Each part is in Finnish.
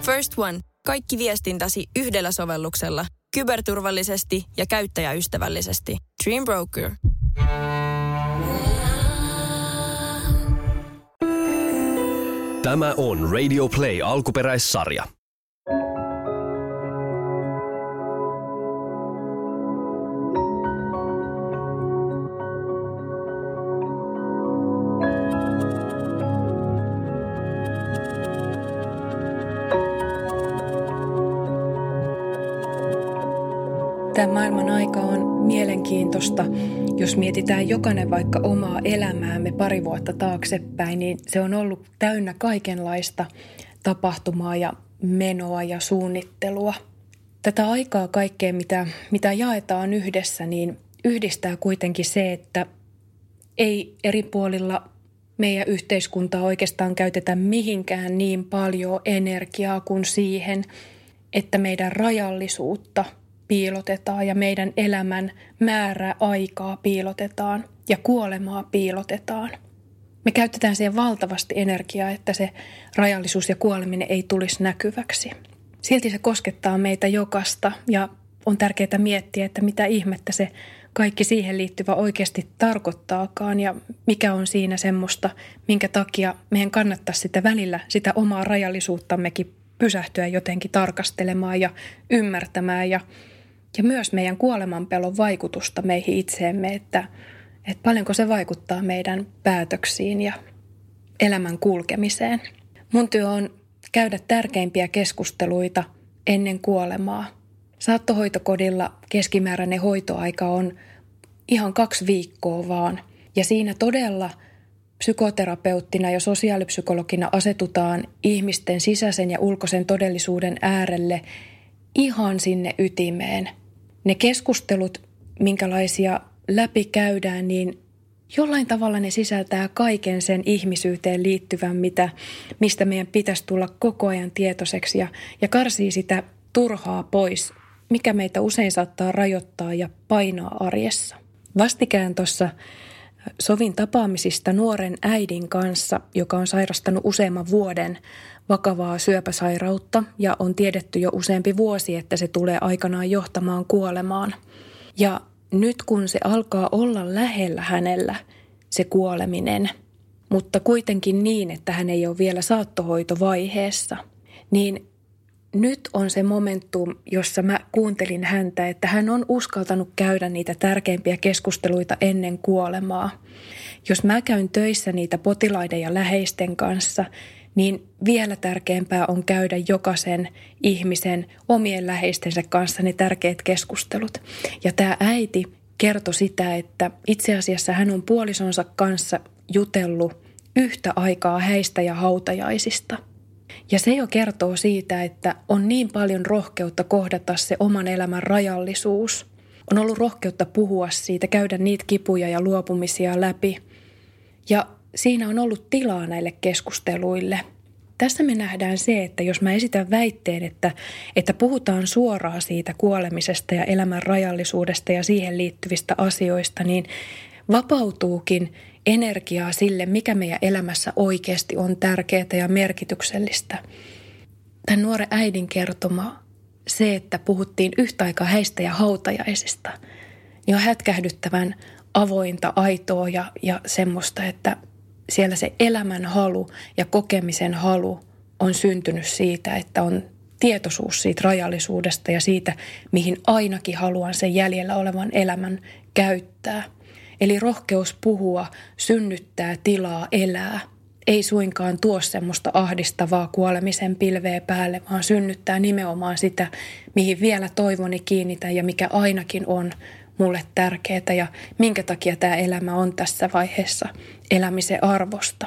First One. Kaikki viestintäsi yhdellä sovelluksella. Kyberturvallisesti ja käyttäjäystävällisesti. Dream Broker. Tämä on Radio Play alkuperäissarja. Tämä maailman aika on mielenkiintoista. Jos mietitään jokainen vaikka omaa elämäämme pari vuotta taaksepäin, niin se on ollut täynnä kaikenlaista tapahtumaa ja menoa ja suunnittelua. Tätä aikaa kaikkea, mitä jaetaan yhdessä, niin yhdistää kuitenkin se, että ei eri puolilla meidän yhteiskuntaa oikeastaan käytetä mihinkään niin paljon energiaa kuin siihen, että meidän rajallisuutta piilotetaan ja meidän elämän määrää aikaa piilotetaan ja kuolemaa piilotetaan. Me käytetään siihen valtavasti energiaa, että se rajallisuus ja kuoleminen ei tulisi näkyväksi. Silti se koskettaa meitä jokaista ja on tärkeää miettiä, että mitä ihmettä se kaikki siihen liittyvä oikeasti tarkoittaakaan ja mikä on siinä semmoista, minkä takia meidän kannattaisi sitä välillä, sitä omaa rajallisuuttammekin pysähtyä jotenkin tarkastelemaan ja ymmärtämään ja myös meidän kuolemanpelon vaikutusta meihin itseemme, että paljonko se vaikuttaa meidän päätöksiin ja elämän kulkemiseen. Mun työ on käydä tärkeimpiä keskusteluita ennen kuolemaa. Saattohoitokodilla keskimääräinen hoitoaika on ihan 2 viikkoa vaan. Ja siinä todella psykoterapeuttina ja sosiaalipsykologina asetutaan ihmisten sisäisen ja ulkoisen todellisuuden äärelle ihan sinne ytimeen. Ne keskustelut, minkälaisia läpi käydään, niin jollain tavalla ne sisältää kaiken sen ihmisyyteen liittyvän, mistä meidän pitäisi tulla koko ajan tietoiseksi ja karsii sitä turhaa pois, mikä meitä usein saattaa rajoittaa ja painaa arjessa. Vastikään tuossa sovin tapaamisista nuoren äidin kanssa, joka on sairastanut useamman vuoden vakavaa syöpäsairautta ja on tiedetty jo useampi vuosi, että se tulee aikanaan johtamaan kuolemaan. Ja nyt kun se alkaa olla lähellä hänellä, se kuoleminen, mutta kuitenkin niin, että hän ei ole vielä saattohoitovaiheessa, niin nyt on se momentum, jossa mä kuuntelin häntä, että hän on uskaltanut käydä niitä tärkeimpiä keskusteluita ennen kuolemaa. Jos mä käyn töissä niitä potilaiden ja läheisten kanssa, niin vielä tärkeämpää on käydä jokaisen ihmisen omien läheistensä kanssa ne tärkeät keskustelut. Ja tämä äiti kertoi sitä, että itse asiassa hän on puolisonsa kanssa jutellut yhtä aikaa häistä ja hautajaisista. Ja se jo kertoo siitä, että on niin paljon rohkeutta kohdata se oman elämän rajallisuus. On ollut rohkeutta puhua siitä, käydä niitä kipuja ja luopumisia läpi. Ja siinä on ollut tilaa näille keskusteluille. Tässä me nähdään se, että jos mä esitän väitteen, että puhutaan suoraan siitä kuolemisesta ja elämän rajallisuudesta ja siihen liittyvistä asioista, niin vapautuukin energiaa sille, mikä meidän elämässä oikeasti on tärkeää ja merkityksellistä. Tämän nuoren äidin kertoma se, että puhuttiin yhtä aikaa häistä ja hautajaisista, niin on hätkähdyttävän avointa, aitoa ja semmoista, että siellä se elämän halu ja kokemisen halu on syntynyt siitä, että on tietoisuus siitä rajallisuudesta ja siitä, mihin ainakin haluan sen jäljellä olevan elämän käyttää. Eli rohkeus puhua, synnyttää tilaa elää. Ei suinkaan tuo semmoista ahdistavaa kuolemisen pilveä päälle, vaan synnyttää nimenomaan sitä, mihin vielä toivoni kiinnitän ja mikä ainakin on mulle tärkeää ja minkä takia tämä elämä on tässä vaiheessa elämisen arvosta.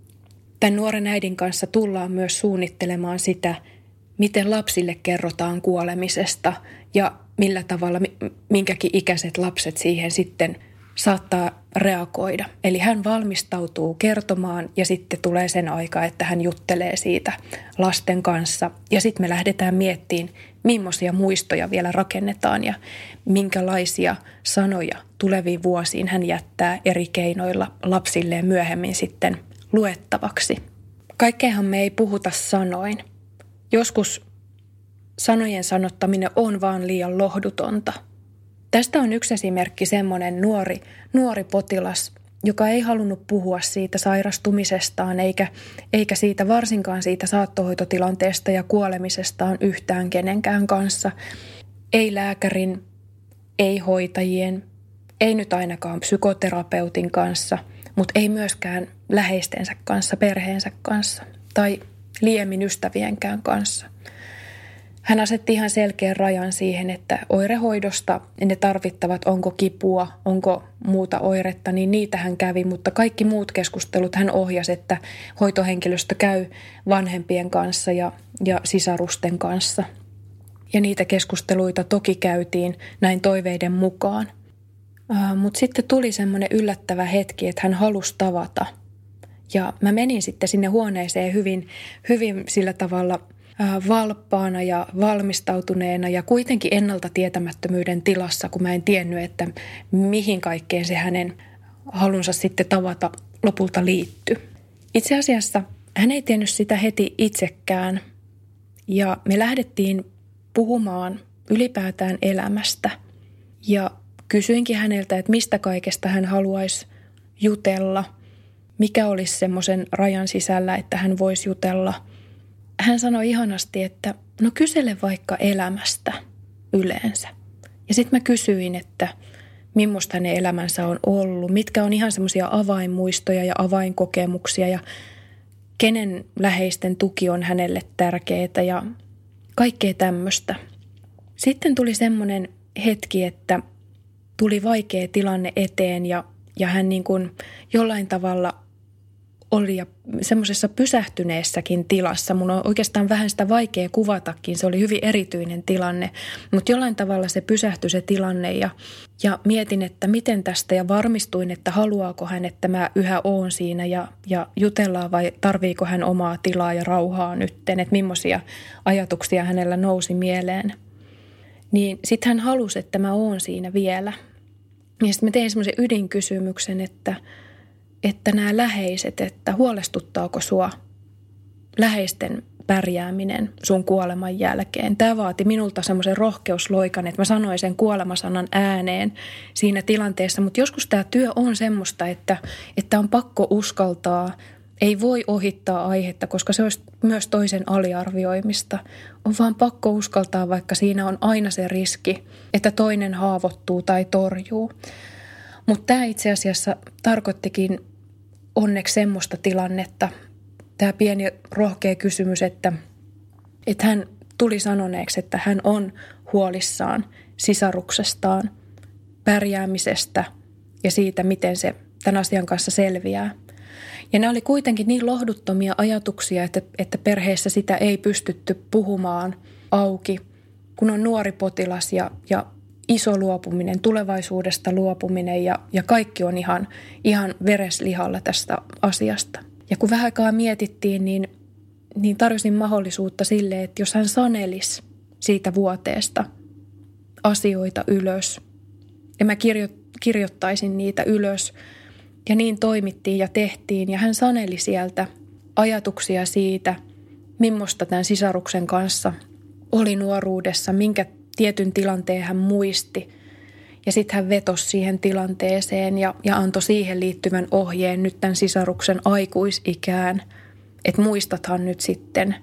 Tämän nuoren äidin kanssa tullaan myös suunnittelemaan sitä, miten lapsille kerrotaan kuolemisesta ja millä tavalla minkäkin ikäiset lapset siihen sitten saattaa reagoida. Eli hän valmistautuu kertomaan ja sitten tulee sen aika, että hän juttelee siitä lasten kanssa. Ja sitten me lähdetään miettimään, millaisia muistoja vielä rakennetaan ja minkälaisia sanoja tuleviin vuosiin hän jättää eri keinoilla lapsilleen myöhemmin sitten luettavaksi. Kaikkeenhan me ei puhuta sanoin. Joskus sanojen sanottaminen on vaan liian lohdutonta. Tästä on yksi esimerkki semmoinen nuori potilas, joka ei halunnut puhua siitä sairastumisestaan eikä siitä varsinkaan siitä saattohoitotilanteesta ja kuolemisestaan yhtään kenenkään kanssa. Ei lääkärin, ei hoitajien, ei nyt ainakaan psykoterapeutin kanssa, mutta ei myöskään läheistensä kanssa, perheensä kanssa tai liemmin ystävienkään kanssa. Hän asetti ihan selkeän rajan siihen, että oirehoidosta ne tarvittavat, onko kipua, onko muuta oiretta, niin niitä hän kävi, mutta kaikki muut keskustelut hän ohjasi, että hoitohenkilöstö käy vanhempien kanssa ja sisarusten kanssa. Ja niitä keskusteluita toki käytiin näin toiveiden mukaan. Mutta sitten tuli semmoinen yllättävä hetki, että hän halusi tavata. Ja mä menin sitten sinne huoneeseen hyvin sillä tavalla valppaana ja valmistautuneena ja kuitenkin ennalta tietämättömyyden tilassa, kun mä en tiennyt, että mihin kaikkeen se hänen halunsa sitten tavata lopulta liittyi. Itse asiassa hän ei tiennyt sitä heti itsekään ja me lähdettiin puhumaan ylipäätään elämästä ja kysyinkin häneltä, että mistä kaikesta hän haluaisi jutella, mikä olisi semmoisen rajan sisällä, että hän voisi jutella. Hän sanoi ihanasti, että no kysele vaikka elämästä yleensä. Ja sitten mä kysyin, että millaista hänen elämänsä on ollut, mitkä on ihan semmoisia avainmuistoja ja avainkokemuksia ja kenen läheisten tuki on hänelle tärkeää ja kaikkea tämmöistä. Sitten tuli semmoinen hetki, että tuli vaikea tilanne eteen ja hän niin kuin jollain tavalla oli semmoisessa pysähtyneessäkin tilassa. Mun on oikeastaan vähän sitä vaikea kuvatakin. Se oli hyvin erityinen tilanne, mutta jollain tavalla se pysähtyi se tilanne ja mietin, että miten tästä ja varmistuin, että haluaako hän, että mä yhä oon siinä ja jutellaan vai tarviiko hän omaa tilaa ja rauhaa nytten, että millaisia ajatuksia hänellä nousi mieleen. Niin sitten hän halusi, että mä oon siinä vielä. Ja sitten mä tein semmoisen ydinkysymyksen, että nämä läheiset, että huolestuttaako sua läheisten pärjääminen sun kuoleman jälkeen. Tämä vaati minulta semmoisen rohkeusloikan, että mä sanoin sen kuolemasanan ääneen siinä tilanteessa. Mutta joskus tämä työ on semmoista, että on pakko uskaltaa, ei voi ohittaa aihetta, koska se olisi myös toisen aliarvioimista. On vaan pakko uskaltaa, vaikka siinä on aina se riski, että toinen haavoittuu tai torjuu. Mutta tämä itse asiassa tarkoittikin onneksi semmoista tilannetta, tämä pieni rohkea kysymys, että hän tuli sanoneeksi, että hän on huolissaan sisaruksestaan, pärjäämisestä ja siitä, miten se tämän asian kanssa selviää. Ja nämä oli kuitenkin niin lohduttomia ajatuksia, että perheessä sitä ei pystytty puhumaan auki, kun on nuori potilas ja iso luopuminen, tulevaisuudesta luopuminen ja kaikki on ihan vereslihalla tästä asiasta. Ja kun vähän aikaa mietittiin, niin tarjosin mahdollisuutta sille, että jos hän sanelisi siitä vuoteesta asioita ylös ja mä kirjoittaisin niitä ylös ja niin toimittiin ja tehtiin ja hän saneli sieltä ajatuksia siitä, millaista tämän sisaruksen kanssa oli nuoruudessa, minkä tietyn tilanteen hän muisti ja sitten hän vetosi siihen tilanteeseen ja antoi siihen liittyvän ohjeen nyt tämän sisaruksen aikuisikään, että muistathan nyt sitten,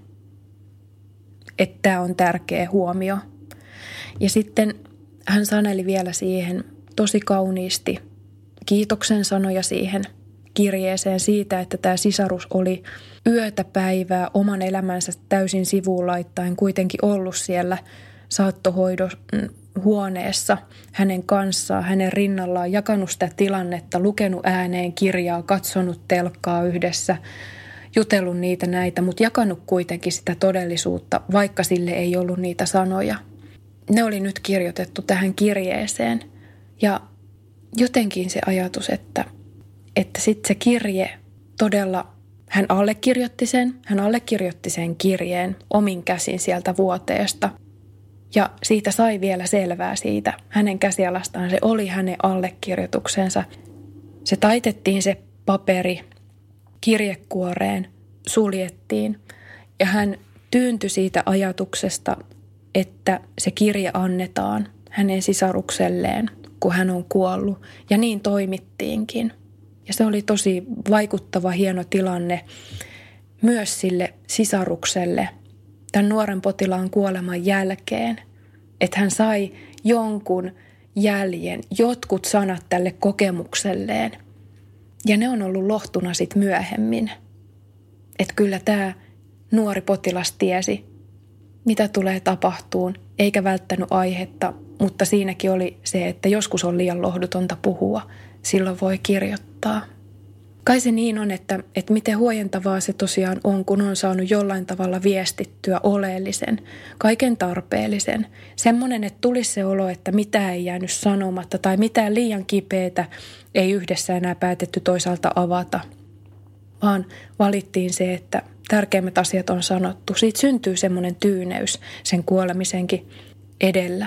että tämä on tärkeä huomio. Ja sitten hän saneli vielä siihen tosi kauniisti kiitoksen sanoja siihen kirjeeseen siitä, että tämä sisarus oli yötä päivää oman elämänsä täysin sivuun laittaen kuitenkin ollut siellä saattohoidon huoneessa hänen kanssaan, hänen rinnallaan, jakanut sitä tilannetta, lukenut ääneen kirjaa, katsonut telkkaa yhdessä, jutellut niitä näitä, mutta jakanut kuitenkin sitä todellisuutta, vaikka sille ei ollut niitä sanoja. Ne oli nyt kirjoitettu tähän kirjeeseen ja jotenkin se ajatus, että sitten se kirje todella, hän allekirjoitti sen kirjeen omin käsin sieltä vuoteesta. Ja siitä sai vielä selvää siitä hänen käsialastaan. Se oli hänen allekirjoituksensa. Se taitettiin se paperi kirjekuoreen, suljettiin ja hän tyyntyi siitä ajatuksesta, että se kirje annetaan hänen sisarukselleen, kun hän on kuollut. Ja niin toimittiinkin. Ja se oli tosi vaikuttava, hieno tilanne myös sille sisarukselle tämän nuoren potilaan kuoleman jälkeen. Että hän sai jonkun jäljen, jotkut sanat tälle kokemukselleen. Ja ne on ollut lohtuna sitten myöhemmin. Että kyllä tämä nuori potilas tiesi, mitä tulee tapahtuun, eikä välttänyt aihetta, mutta siinäkin oli se, että joskus on liian lohdutonta puhua, silloin voi kirjoittaa. Kai se niin on, että miten huojentavaa se tosiaan on, kun on saanut jollain tavalla viestittyä oleellisen, kaiken tarpeellisen. Semmoinen, että tulisi se olo, että mitään ei jäänyt sanomatta tai mitään liian kipeätä ei yhdessä enää päätetty toisaalta avata, vaan valittiin se, että tärkeimmät asiat on sanottu. Siitä syntyy semmoinen tyyneys sen kuolemisenkin edellä.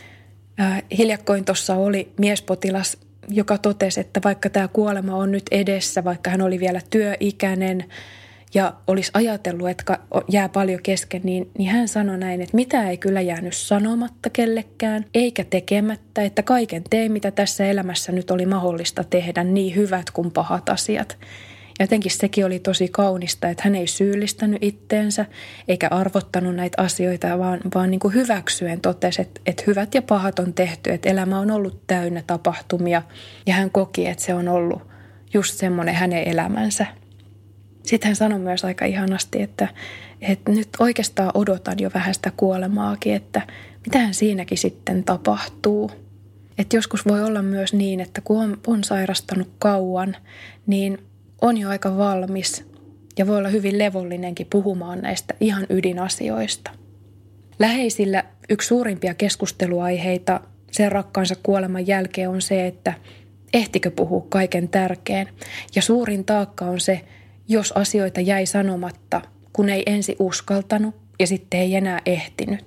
Hiljakkoin tuossa oli miespotilas, joka totesi, että vaikka tämä kuolema on nyt edessä, vaikka hän oli vielä työikäinen ja olisi ajatellut, että jää paljon kesken, niin hän sanoi näin, että mitä ei kyllä jäänyt sanomatta kellekään, eikä tekemättä, että kaiken tein, mitä tässä elämässä nyt oli mahdollista tehdä, niin hyvät kuin pahat asiat. Ja jotenkin sekin oli tosi kaunista, että hän ei syyllistänyt itteensä eikä arvottanut näitä asioita, vaan niin kuin hyväksyen totesi, että hyvät ja pahat on tehty, että elämä on ollut täynnä tapahtumia ja hän koki, että se on ollut just semmoinen hänen elämänsä. Sitten hän sanoi myös aika ihanasti, että nyt oikeastaan odotan jo vähän sitä kuolemaakin, että mitähän siinäkin sitten tapahtuu. Että joskus voi olla myös niin, että kun on sairastanut kauan, niin on jo aika valmis ja voi olla hyvin levollinenkin puhumaan näistä ihan ydinasioista. Läheisillä yksi suurimpia keskusteluaiheita sen rakkaansa kuoleman jälkeen on se, että ehtikö puhua kaiken tärkeän. Ja suurin taakka on se, jos asioita jäi sanomatta, kun ei ensin uskaltanut ja sitten ei enää ehtinyt.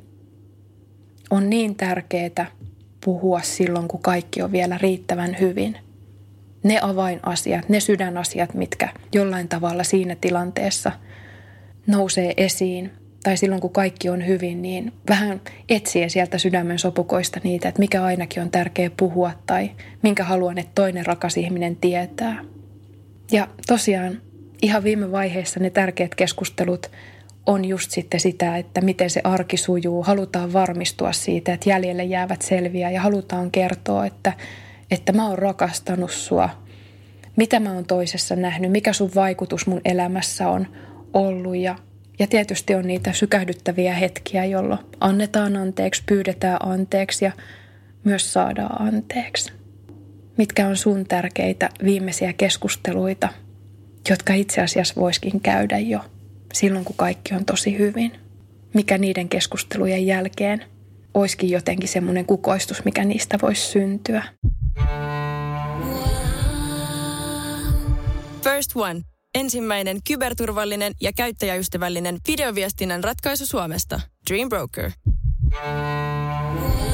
On niin tärkeää puhua silloin, kun kaikki on vielä riittävän hyvin. Ne avainasiat, ne sydänasiat, mitkä jollain tavalla siinä tilanteessa nousee esiin. Tai silloin, kun kaikki on hyvin, niin vähän etsiä sieltä sydämen sopukoista niitä, että mikä ainakin on tärkeä puhua tai minkä haluan, että toinen rakas ihminen tietää. Ja tosiaan ihan viime vaiheessa ne tärkeät keskustelut on just sitten sitä, että miten se arki sujuu. Halutaan varmistua siitä, että jäljelle jäävät selviä ja halutaan kertoa, että mä oon rakastanut sua. Mitä mä oon toisessa nähnyt, mikä sun vaikutus mun elämässä on ollut ja tietysti on niitä sykähdyttäviä hetkiä, jolloin annetaan anteeksi, pyydetään anteeksi ja myös saadaan anteeksi. Mitkä on sun tärkeitä viimeisiä keskusteluita, jotka itse asiassa voisikin käydä jo silloin, kun kaikki on tosi hyvin. Mikä niiden keskustelujen jälkeen olisikin jotenkin semmoinen kukoistus, mikä niistä voisi syntyä. First One. Ensimmäinen kyberturvallinen ja käyttäjäystävällinen videoviestinnän ratkaisu Suomesta. Dream Broker.